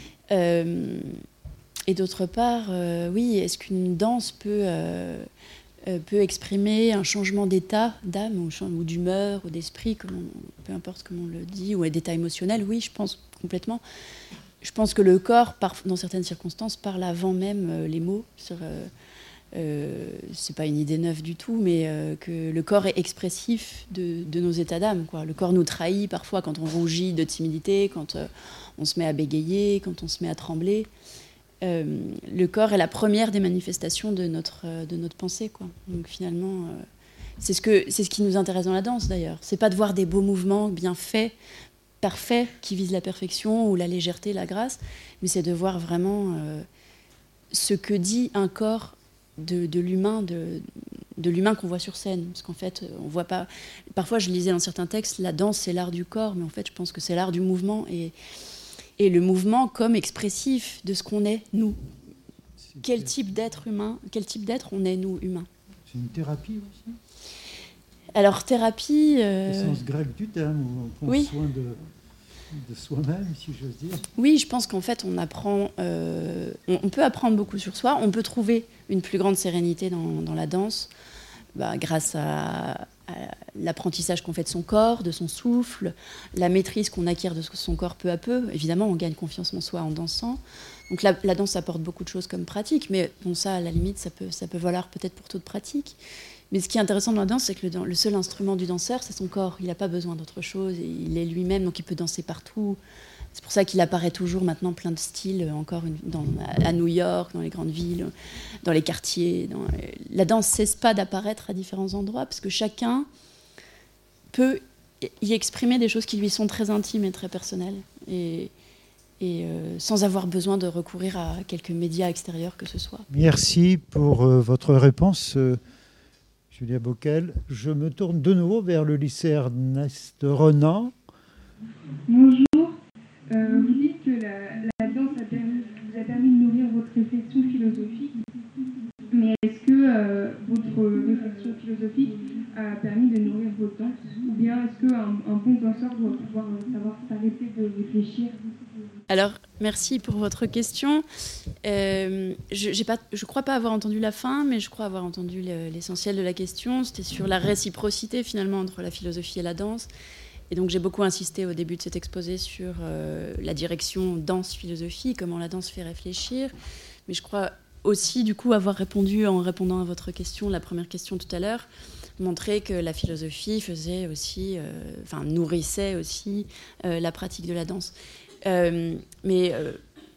Euh, et d'autre part, euh, oui, est-ce qu'une danse peut, euh, euh, peut exprimer un changement d'état, d'âme ou, ou d'humeur ou d'esprit, comme on, peu importe comment on le dit, ou d'état émotionnel? Oui, je pense complètement. Je pense que le corps, dans certaines circonstances, parle avant même euh, les mots. Sur, euh, euh, c'est pas une idée neuve du tout, mais euh, que le corps est expressif de, de nos états d'âme, quoi. Le corps nous trahit parfois quand on rougit de timidité, quand euh, on se met à bégayer, quand on se met à trembler. Euh, le corps est la première des manifestations de notre, euh, de notre pensée, quoi. Donc finalement, euh, c'est ce que, c'est ce qui nous intéresse dans la danse, d'ailleurs. C'est pas de voir des beaux mouvements bien faits, parfait, qui vise la perfection ou la légèreté, la grâce, mais c'est de voir vraiment euh, ce que dit un corps de, de l'humain, de, de l'humain qu'on voit sur scène. Parce qu'en fait, on voit pas... Parfois, je lisais dans certains textes, la danse, c'est l'art du corps, mais en fait, je pense que c'est l'art du mouvement, et, et le mouvement comme expressif de ce qu'on est, nous. Quel type d'être humain, quel type d'être on est, nous, humains. C'est une thérapie aussi ? Alors, thérapie... Euh... Au sens grec du terme, où on prend oui. soin de, de soi-même, si j'ose dire. Oui, je pense qu'en fait, on apprend... Euh, on, on peut apprendre beaucoup sur soi. On peut trouver une plus grande sérénité dans, dans la danse, bah, grâce à, à l'apprentissage qu'on fait de son corps, de son souffle, la maîtrise qu'on acquiert de son corps peu à peu. Évidemment, on gagne confiance en soi en dansant. Donc la, la danse apporte beaucoup de choses comme pratique, mais bon, ça, à la limite, ça peut, ça peut valoir peut-être pour toute pratique. Mais ce qui est intéressant dans la danse, c'est que le, le seul instrument du danseur, c'est son corps. Il n'a pas besoin d'autre chose, il est lui-même, donc il peut danser partout. C'est pour ça qu'il apparaît toujours maintenant plein de styles, encore une, dans, à New York, dans les grandes villes, dans les quartiers. Dans, la danse ne cesse pas d'apparaître à différents endroits, parce que chacun peut y exprimer des choses qui lui sont très intimes et très personnelles, et, et euh, sans avoir besoin de recourir à quelques médias extérieurs que ce soit. Merci pour euh, votre réponse, euh, Julia Bockel. Je me tourne de nouveau vers le lycée Ernest Renan. Bonjour. Euh, vous dites que la, la danse a permis, vous a permis de nourrir votre réflexion philosophique, mais est-ce que euh, votre réflexion philosophique a permis de nourrir votre danse, ou bien est-ce qu'un un bon danseur doit pouvoir savoir s'arrêter de réfléchir? Alors, merci pour votre question. Euh, je ne crois pas avoir entendu la fin, mais je crois avoir entendu l'essentiel de la question. C'était sur la réciprocité, finalement, entre la philosophie et la danse. Et donc j'ai beaucoup insisté au début de cet exposé sur euh, la direction danse-philosophie, comment la danse fait réfléchir. Mais je crois aussi du coup avoir répondu en répondant à votre question, la première question tout à l'heure, montrer que la philosophie faisait aussi, euh, enfin nourrissait aussi euh, la pratique de la danse. Euh, mais euh,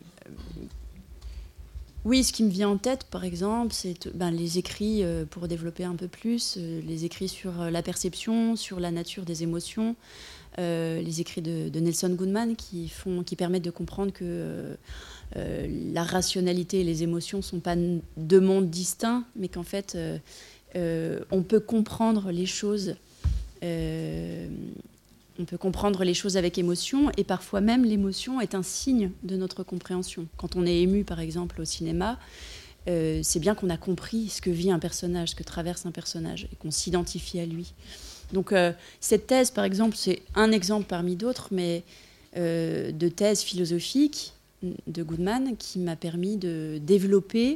oui, ce qui me vient en tête, par exemple, c'est ben, les écrits, euh, pour développer un peu plus, euh, les écrits sur la perception, sur la nature des émotions, euh, les écrits de, de Nelson Goodman qui, font, qui permettent de comprendre que euh, euh, la rationalité et les émotions ne sont pas deux mondes distincts, mais qu'en fait, euh, euh, on peut comprendre les choses... Euh, On peut comprendre les choses avec émotion, et parfois même l'émotion est un signe de notre compréhension. Quand on est ému, par exemple, au cinéma, euh, c'est bien qu'on a compris ce que vit un personnage, ce que traverse un personnage, et qu'on s'identifie à lui. Donc euh, cette thèse, par exemple, c'est un exemple parmi d'autres, mais euh, de thèse philosophique de Goodman qui m'a permis de développer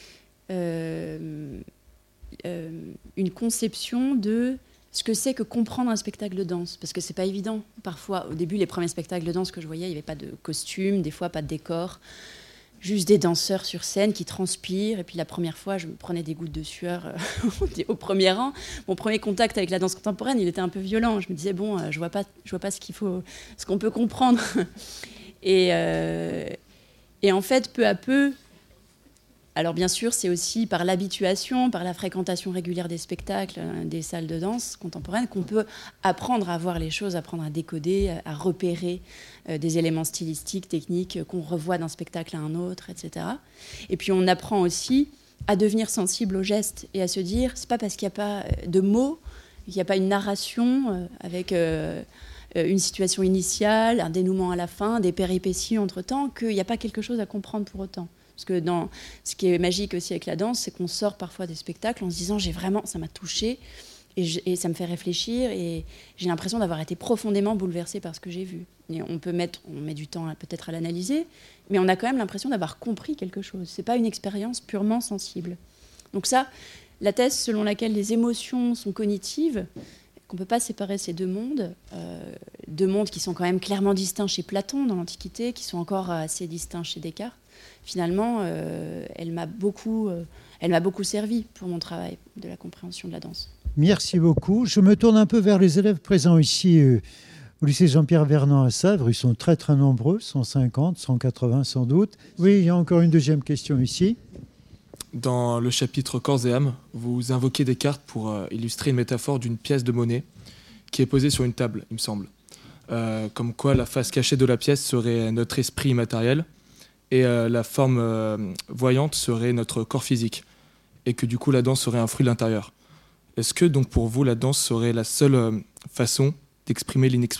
euh, euh, une conception de ce que c'est que comprendre un spectacle de danse, parce que c'est pas évident. Parfois, au début, les premiers spectacles de danse que je voyais, il n'y avait pas de costume, des fois pas de décor, juste des danseurs sur scène qui transpirent. Et puis la première fois, je me prenais des gouttes de sueur euh, au premier rang. Mon premier contact avec la danse contemporaine, il était un peu violent. Je me disais bon, euh, je vois pas, je vois pas ce qu'il faut, ce qu'on peut comprendre. Et, euh, et en fait, peu à peu. Alors bien sûr, c'est aussi par l'habituation, par la fréquentation régulière des spectacles, des salles de danse contemporaines, qu'on peut apprendre à voir les choses, apprendre à décoder, à repérer euh, des éléments stylistiques, techniques qu'on revoit d'un spectacle à un autre, et cetera. Et puis on apprend aussi à devenir sensible aux gestes et à se dire, c'est pas parce qu'il n'y a pas de mots, qu'il n'y a pas une narration euh, avec euh, une situation initiale, un dénouement à la fin, des péripéties entre-temps, qu'il n'y a pas quelque chose à comprendre pour autant. Parce que dans, ce qui est magique aussi avec la danse, c'est qu'on sort parfois des spectacles en se disant j'ai vraiment, ça m'a touché et, je, et ça me fait réfléchir et j'ai l'impression d'avoir été profondément bouleversée par ce que j'ai vu. Et on peut mettre, on met du temps à, peut-être à l'analyser, mais on a quand même l'impression d'avoir compris quelque chose. C'est pas une expérience purement sensible. Donc ça, la thèse selon laquelle les émotions sont cognitives, qu'on ne peut pas séparer ces deux mondes, euh, deux mondes qui sont quand même clairement distincts chez Platon dans l'Antiquité, qui sont encore assez distincts chez Descartes. Finalement, euh, elle m'a beaucoup, euh, elle m'a beaucoup servi pour mon travail de la compréhension de la danse. Merci beaucoup. Je me tourne un peu vers les élèves présents ici euh, au lycée Jean-Pierre Vernant à Sèvres. Ils sont très très nombreux, cent cinquante, cent quatre-vingts sans doute. Oui, il y a encore une deuxième question ici. Dans le chapitre Corps et âme, vous invoquez Descartes pour euh, illustrer une métaphore d'une pièce de monnaie qui est posée sur une table, il me semble. Euh, comme quoi la face cachée de la pièce serait notre esprit immatériel et euh, la forme euh, voyante serait notre corps physique, et que du coup la danse serait un fruit de l'intérieur. Est-ce que donc pour vous la danse serait la seule euh, façon d'exprimer l'inexprimable ?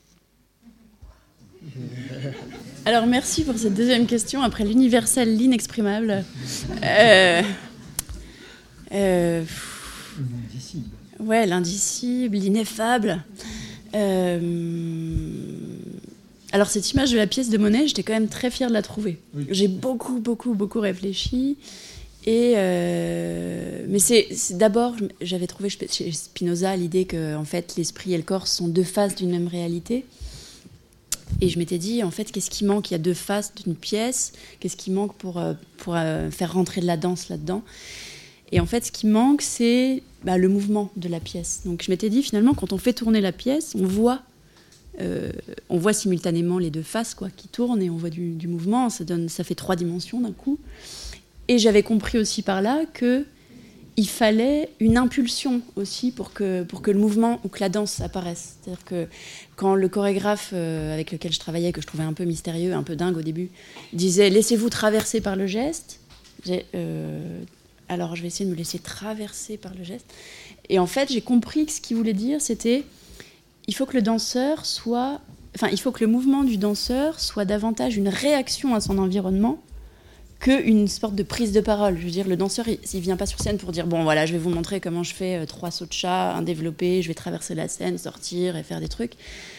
Alors merci pour cette deuxième question, après l'universel, l'inexprimable. Euh, euh, L'indicible. Ouais, l'indicible, l'ineffable. Euh, alors cette image de la pièce de monnaie, j'étais quand même très fière de la trouver. Oui. J'ai beaucoup, beaucoup, beaucoup réfléchi. Et euh, mais c'est, c'est d'abord, j'avais trouvé chez Spinoza l'idée que en fait, l'esprit et le corps sont deux faces d'une même réalité. Et je m'étais dit, en fait, qu'est-ce qui manque ? Il y a deux faces d'une pièce. Qu'est-ce qui manque pour, pour euh, faire rentrer de la danse là-dedans ? Et en fait, ce qui manque, c'est bah, le mouvement de la pièce. Donc je m'étais dit, finalement, quand on fait tourner la pièce, on voit, euh, on voit simultanément les deux faces quoi, qui tournent et on voit du, du mouvement. Ça, donne, ça fait trois dimensions d'un coup. Et j'avais compris aussi par là qu'il fallait une impulsion aussi pour que, pour que le mouvement ou que la danse apparaisse. C'est-à-dire que quand le chorégraphe euh, avec lequel je travaillais, que je trouvais un peu mystérieux, un peu dingue au début, disait « laissez-vous traverser par le geste j'ai, euh, », alors je vais essayer de me laisser traverser par le geste. Et en fait, j'ai compris que ce qu'il voulait dire, c'était il faut que le danseur soit... Enfin, il faut que le mouvement du danseur soit davantage une réaction à son environnement qu'une sorte de prise de parole. Je veux dire, le danseur, il ne vient pas sur scène pour dire « Bon, voilà, je vais vous montrer comment je fais euh, trois sauts de chat, un développé, je vais traverser la scène, sortir et faire des trucs.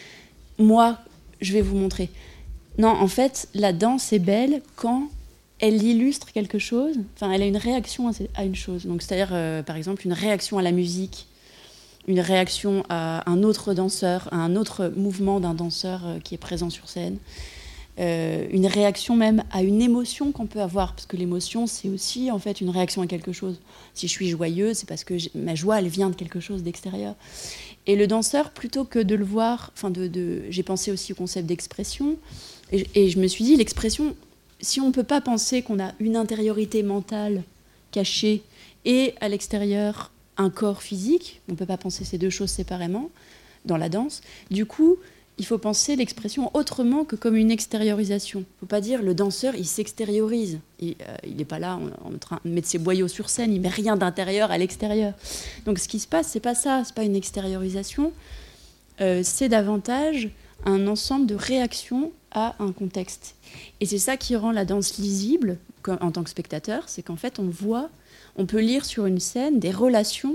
Moi, je vais vous montrer. » Non, en fait, la danse est belle quand elle illustre quelque chose, enfin, elle a une réaction à une chose. Donc, c'est-à-dire, euh, par exemple, une réaction à la musique, une réaction à un autre danseur, à un autre mouvement d'un danseur euh, qui est présent sur scène. Euh, une réaction même à une émotion qu'on peut avoir, parce que l'émotion, c'est aussi en fait une réaction à quelque chose. Si je suis joyeuse, c'est parce que ma joie, elle vient de quelque chose d'extérieur. Et le danseur, plutôt que de le voir, enfin, de, de, j'ai pensé aussi au concept d'expression, et, et je me suis dit, l'expression, si on ne peut pas penser qu'on a une intériorité mentale cachée et à l'extérieur un corps physique, on ne peut pas penser ces deux choses séparément dans la danse, du coup, il faut penser l'expression autrement que comme une extériorisation. Il ne faut pas dire le danseur, il s'extériorise. Il n'est euh, pas là en, en train de mettre ses boyaux sur scène, il ne met rien d'intérieur à l'extérieur. Donc ce qui se passe, ce n'est pas ça, ce n'est pas une extériorisation, euh, c'est davantage un ensemble de réactions à un contexte. Et c'est ça qui rend la danse lisible comme, en tant que spectateur, c'est qu'en fait on voit, on peut lire sur une scène des relations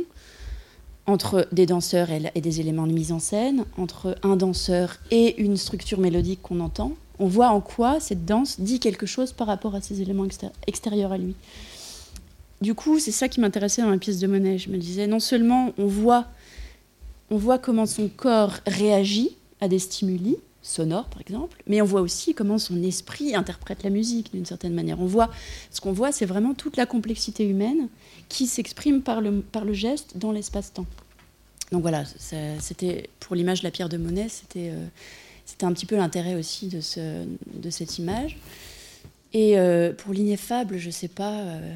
entre des danseurs et des éléments de mise en scène, entre un danseur et une structure mélodique qu'on entend. On voit en quoi cette danse dit quelque chose par rapport à ces éléments extérieurs à lui. Du coup, c'est ça qui m'intéressait dans la pièce de Monet. Je me disais, non seulement on voit, on voit comment son corps réagit à des stimuli sonores, par exemple, mais on voit aussi comment son esprit interprète la musique, d'une certaine manière. On voit, ce qu'on voit, c'est vraiment toute la complexité humaine qui s'exprime par le, par le geste dans l'espace-temps. Donc voilà, ça, c'était, pour l'image de la pierre de Monet, c'était, euh, c'était un petit peu l'intérêt aussi de, ce, de cette image. Et euh, pour l'ineffable, je ne sais pas... Euh...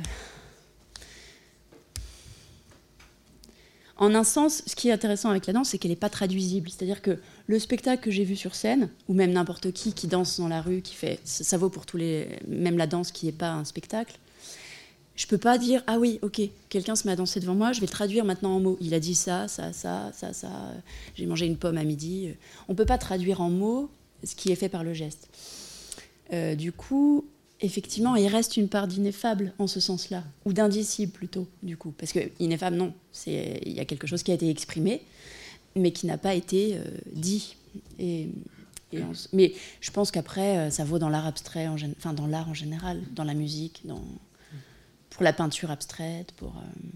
En un sens, ce qui est intéressant avec la danse, c'est qu'elle n'est pas traduisible. C'est-à-dire que le spectacle que j'ai vu sur scène, ou même n'importe qui qui danse dans la rue, qui fait, ça vaut pour tous les... Même la danse qui n'est pas un spectacle. Je ne peux pas dire, ah oui, ok, quelqu'un se met à danser devant moi, je vais le traduire maintenant en mots. Il a dit ça, ça, ça, ça, ça, j'ai mangé une pomme à midi. On ne peut pas traduire en mots ce qui est fait par le geste. Euh, du coup, effectivement, il reste une part d'ineffable en ce sens-là, ou d'indicible plutôt, du coup. Parce que ineffable, non, c'est, il y a quelque chose qui a été exprimé, mais qui n'a pas été euh, dit. Et, et on, mais je pense qu'après, ça vaut dans l'art abstrait, en, enfin dans l'art en général, dans la musique, dans... pour la peinture abstraite, pour... Euh...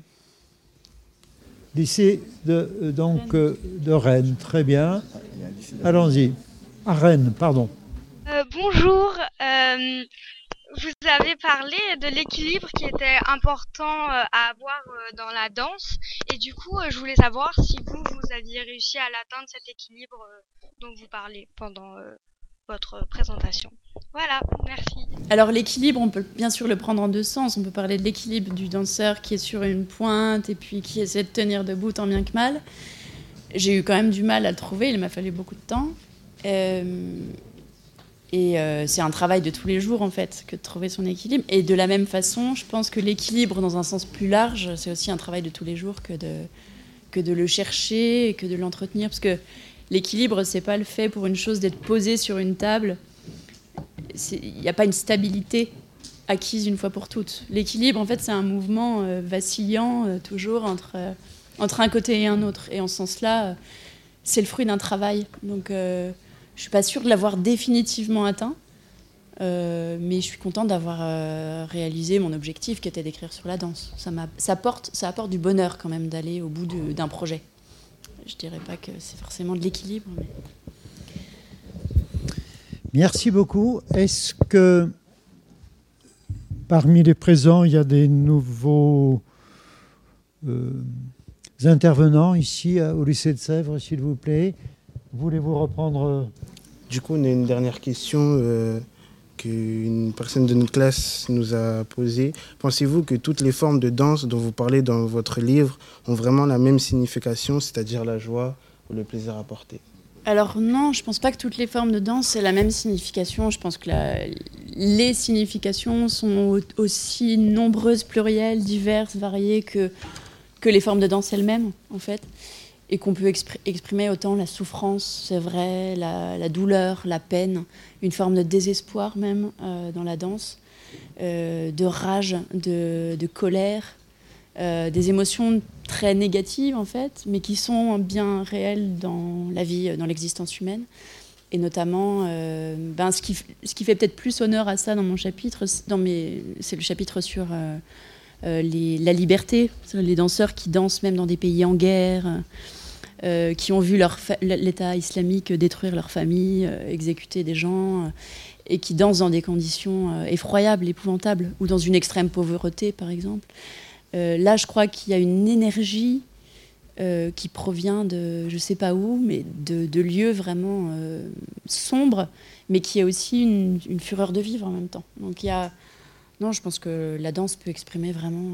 Lycée de, donc, Rennes. de Rennes, très bien. Allons-y. À Rennes, pardon. Euh, bonjour. Euh, vous avez parlé de l'équilibre qui était important à avoir dans la danse. Et du coup, je voulais savoir si vous, vous aviez réussi à l'atteindre, cet équilibre dont vous parlez pendant votre présentation. Voilà, merci. Alors l'équilibre, on peut bien sûr le prendre en deux sens. On peut parler de l'équilibre du danseur qui est sur une pointe et puis qui essaie de tenir debout tant bien que mal. J'ai eu quand même du mal à le trouver, il m'a fallu beaucoup de temps. Euh, et euh, c'est un travail de tous les jours, en fait, que de trouver son équilibre. Et de la même façon, je pense que l'équilibre, dans un sens plus large, c'est aussi un travail de tous les jours que de, que de le chercher et que de l'entretenir. Parce que l'équilibre, c'est pas le fait pour une chose d'être posée sur une table. Il n'y a pas une stabilité acquise une fois pour toutes. L'équilibre, en fait, c'est un mouvement euh, vacillant, euh, toujours, entre, euh, entre un côté et un autre. Et en ce sens-là, euh, c'est le fruit d'un travail. Donc, euh, je ne suis pas sûre de l'avoir définitivement atteint. Euh, mais je suis contente d'avoir euh, réalisé mon objectif qui était d'écrire sur la danse. Ça, m'a, ça, apporte, ça apporte du bonheur quand même d'aller au bout de, d'un projet. Je dirais pas que c'est forcément de l'équilibre. Mais... Merci beaucoup. Est-ce que parmi les présents, il y a des nouveaux euh, intervenants ici au lycée de Sèvres, s'il vous plaît? Voulez-vous reprendre? Du coup, on a une dernière question euh, qu'une personne de notre classe nous a posée. Pensez-vous que toutes les formes de danse dont vous parlez dans votre livre ont vraiment la même signification, c'est-à-dire la joie ou le plaisir apporté? Alors non, je ne pense pas que toutes les formes de danse aient la même signification. Je pense que la, les significations sont aussi nombreuses, plurielles, diverses, variées que, que les formes de danse elles-mêmes, en fait. Et qu'on peut expr- exprimer autant la souffrance, c'est vrai, la, la douleur, la peine, une forme de désespoir même euh, dans la danse, euh, de rage, de, de colère, euh, des émotions très négatives en fait, mais qui sont bien réelles dans la vie, dans l'existence humaine. Et notamment, euh, ben, ce, qui, ce qui fait peut-être plus honneur à ça dans mon chapitre, dans mes, c'est le chapitre sur euh, euh, les, la liberté, les danseurs qui dansent même dans des pays en guerre, euh, qui ont vu leur fa- l'État islamique détruire leur famille, euh, exécuter des gens, euh, et qui dansent dans des conditions euh, effroyables, épouvantables, ou dans une extrême pauvreté, par exemple. Euh, là, je crois qu'il y a une énergie euh, qui provient de, je ne sais pas où, mais de, de lieux vraiment euh, sombres, mais qui est aussi une, une fureur de vivre en même temps. Donc il y a... Non, je pense que la danse peut exprimer vraiment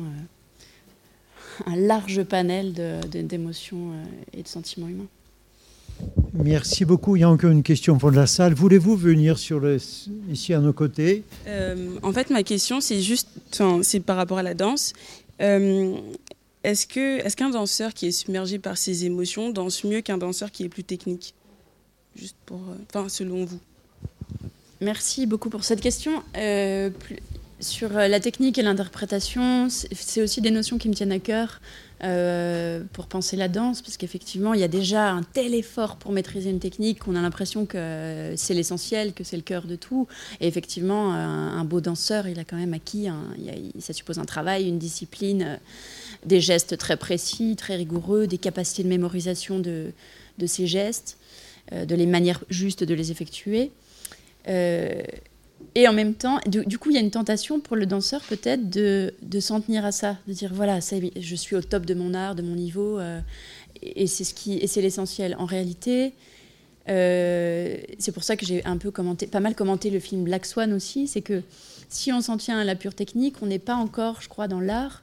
euh, un large panel de, de, d'émotions euh, et de sentiments humains. Merci beaucoup. Il y a encore une question pour la salle. Voulez-vous venir sur le, ici à nos côtés? euh, En fait, ma question, c'est juste, c'est par rapport à la danse. Euh, est-ce que, est-ce qu'un danseur qui est submergé par ses émotions danse mieux qu'un danseur qui est plus technique? Juste pour, enfin, euh, selon vous. Merci beaucoup pour cette question. Euh, plus, sur la technique et l'interprétation, c'est, c'est aussi des notions qui me tiennent à cœur euh, pour penser la danse, parce qu'effectivement, il y a déjà un tel effort pour maîtriser une technique qu'on a l'impression que c'est l'essentiel, que c'est le cœur de tout. Et effectivement, un, un beau danseur, il a quand même acquis, un, il a, ça suppose un travail, une discipline, euh, des gestes très précis, très rigoureux, des capacités de mémorisation de, de ces gestes, euh, de les manières justes de les effectuer. Euh, et en même temps, du, du coup, il y a une tentation pour le danseur peut-être de, de s'en tenir à ça, de dire voilà, ça, je suis au top de mon art, de mon niveau, euh, et, et, c'est ce qui, et c'est l'essentiel. En réalité, euh, c'est pour ça que j'ai un peu commenté, pas mal commenté le film Black Swan aussi, c'est que si on s'en tient à la pure technique, on n'est pas encore, je crois, dans l'art,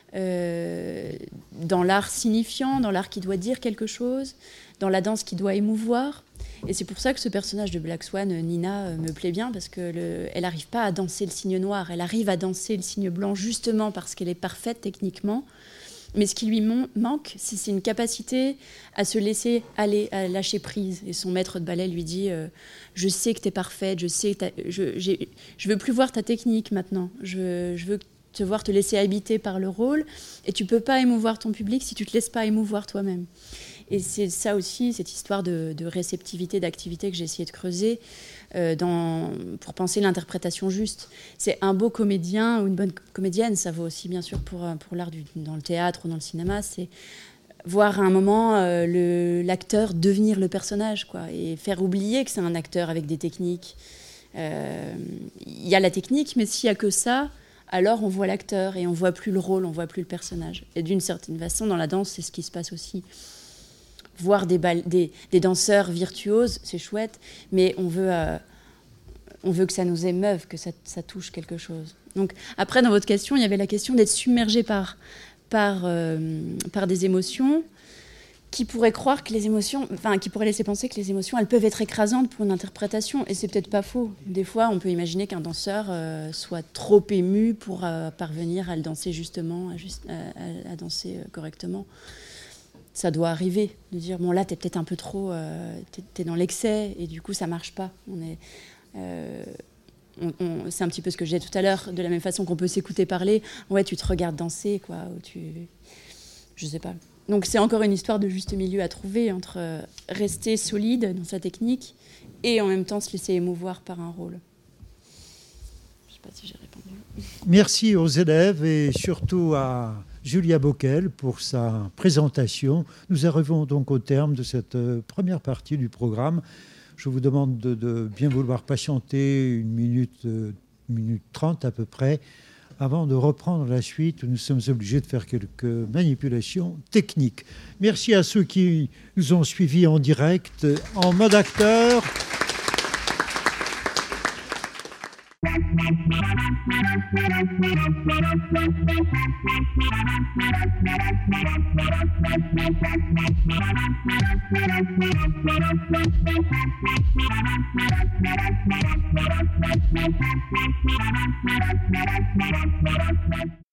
euh, dans l'art signifiant, dans l'art qui doit dire quelque chose, dans la danse qui doit émouvoir. Et c'est pour ça que ce personnage de Black Swan, Nina, me plaît bien, parce qu'elle n'arrive pas à danser le signe noir, elle arrive à danser le signe blanc justement parce qu'elle est parfaite techniquement. Mais ce qui lui mon- manque, c'est, c'est une capacité à se laisser aller, à lâcher prise. Et son maître de ballet lui dit euh, « Je sais que tu es parfaite, je sais que je, j'ai, je veux plus voir ta technique maintenant, je, je veux te voir te laisser habiter par le rôle, et tu peux pas émouvoir ton public si tu te laisses pas émouvoir toi-même. » Et c'est ça aussi, cette histoire de, de réceptivité, d'activité que j'ai essayé de creuser euh, dans, pour penser l'interprétation juste. C'est un beau comédien ou une bonne comédienne, ça vaut aussi bien sûr pour, pour l'art du, dans le théâtre ou dans le cinéma, c'est voir à un moment euh, le, l'acteur devenir le personnage, quoi, et faire oublier que c'est un acteur avec des techniques. Il euh, y a la technique, mais s'il n'y a que ça, alors on voit l'acteur et on ne voit plus le rôle, on ne voit plus le personnage. Et d'une certaine façon, dans la danse, c'est ce qui se passe aussi. Voir des, bal- des, des danseurs virtuoses, c'est chouette, mais on veut, euh, on veut que ça nous émeuve, que ça, ça touche quelque chose. Donc, après, dans votre question, il y avait la question d'être submergé par, par, euh, par des émotions qui pourraient croire que les émotions, enfin, qui pourraient laisser penser que les émotions, elles peuvent être écrasantes pour une interprétation, et c'est peut-être pas faux. Des fois, on peut imaginer qu'un danseur euh, soit trop ému pour euh, parvenir à le danser justement, à, juste, à, à, à danser euh, correctement. Ça doit arriver, de dire, bon là, t'es peut-être un peu trop, euh, t'es, t'es dans l'excès, et du coup, ça marche pas. On est, euh, on, on, c'est un petit peu ce que je disais tout à l'heure, de la même façon qu'on peut s'écouter parler, ouais, tu te regardes danser, quoi, ou tu... Je sais pas. Donc c'est encore une histoire de juste milieu à trouver, entre euh, rester solide dans sa technique, et en même temps se laisser émouvoir par un rôle. sais pas si j'ai répondu. Merci aux élèves et surtout à Julia Bockel pour sa présentation. Nous arrivons donc au terme de cette première partie du programme. Je vous demande de, de bien vouloir patienter une minute, une minute trente à peu près, avant de reprendre la suite où nous sommes obligés de faire quelques manipulations techniques. Merci à ceux qui nous ont suivis en direct, en mode acteur.